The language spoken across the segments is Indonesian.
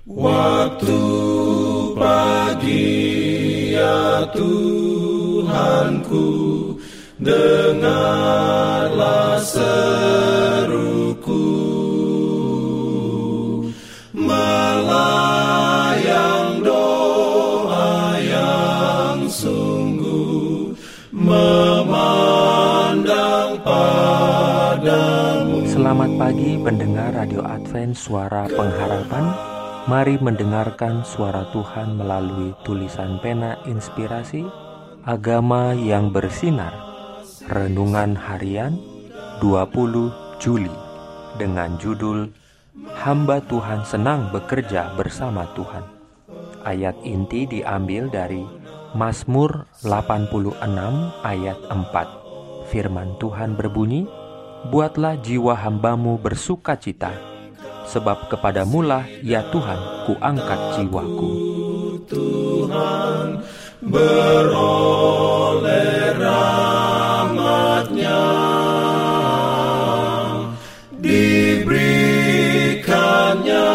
Waktu pagi ya Tuhanku, dengarlah seruku, melayang doa yang sungguh, memandang padamu. Selamat pagi pendengar Radio Advent Suara Pengharapan. Mari mendengarkan suara Tuhan melalui tulisan pena inspirasi Agama yang Bersinar. Renungan harian 20 Juli dengan judul Hamba Tuhan senang bekerja bersama Tuhan. Ayat inti diambil dari Mazmur 86 ayat 4. Firman Tuhan berbunyi, "Buatlah jiwa hambamu bersukacita, sebab kepadamulah ya Tuhan kuangkat jiwaku." Tuhan beroleh rahmat-Nya, diberikannya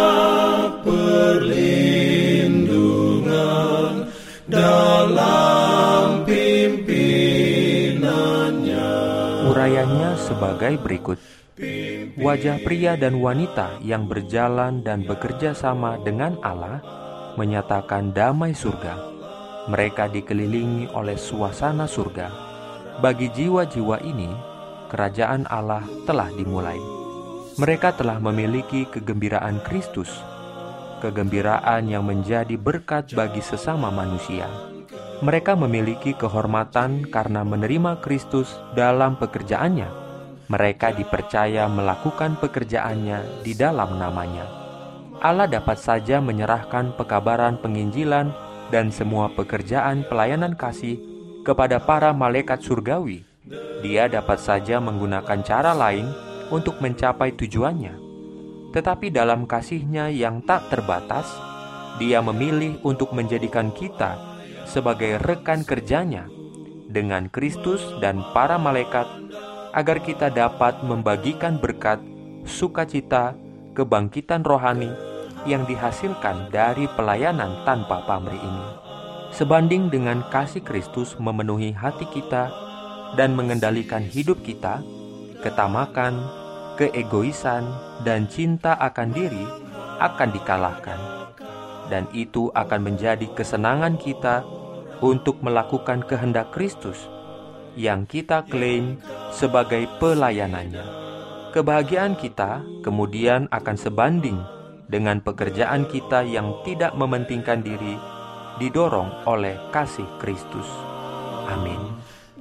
perlindungan dalam pimpinannya. Urayanya sebagai berikut. Wajah pria dan wanita yang berjalan dan bekerja sama dengan Allah menyatakan damai surga. Mereka dikelilingi oleh suasana surga. Bagi jiwa-jiwa ini, kerajaan Allah telah dimulai. Mereka telah memiliki kegembiraan Kristus, kegembiraan yang menjadi berkat bagi sesama manusia. Mereka memiliki kehormatan karena menerima Kristus dalam pekerjaannya. Mereka dipercaya melakukan pekerjaannya di dalam namanya. Allah dapat saja menyerahkan pekabaran penginjilan dan semua pekerjaan pelayanan kasih kepada para malaikat surgawi. Dia dapat saja menggunakan cara lain untuk mencapai tujuannya. Tetapi dalam kasih-Nya yang tak terbatas, Dia memilih untuk menjadikan kita sebagai rekan kerjanya dengan Kristus dan para malaikat, agar kita dapat membagikan berkat, sukacita, kebangkitan rohani yang dihasilkan dari pelayanan tanpa pamrih ini. Sebanding dengan kasih Kristus memenuhi hati kita dan mengendalikan hidup kita, ketamakan, keegoisan, dan cinta akan diri akan dikalahkan. Dan itu akan menjadi kesenangan kita untuk melakukan kehendak Kristus yang kita klaim sebagai pelayanannya. Kebahagiaan kita kemudian akan sebanding dengan pekerjaan kita yang tidak mementingkan diri, didorong oleh kasih Kristus. Amin.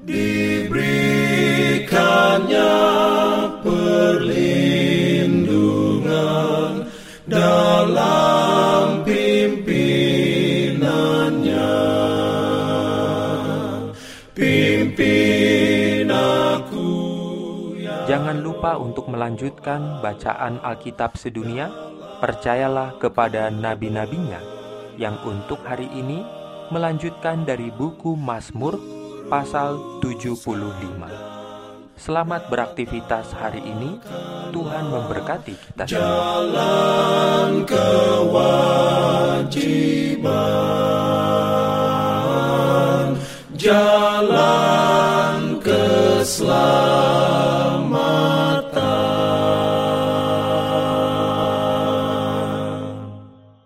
Diberikannya perlindungan dalam pimpinannya. Pimpin aku ya. Jangan lupa untuk melanjutkan bacaan Alkitab sedunia. Percayalah kepada nabi-nabinya yang untuk hari ini melanjutkan dari buku Mazmur pasal 75. Selamat beraktivitas hari ini. Tuhan memberkati kita semua. Jalan kewajiban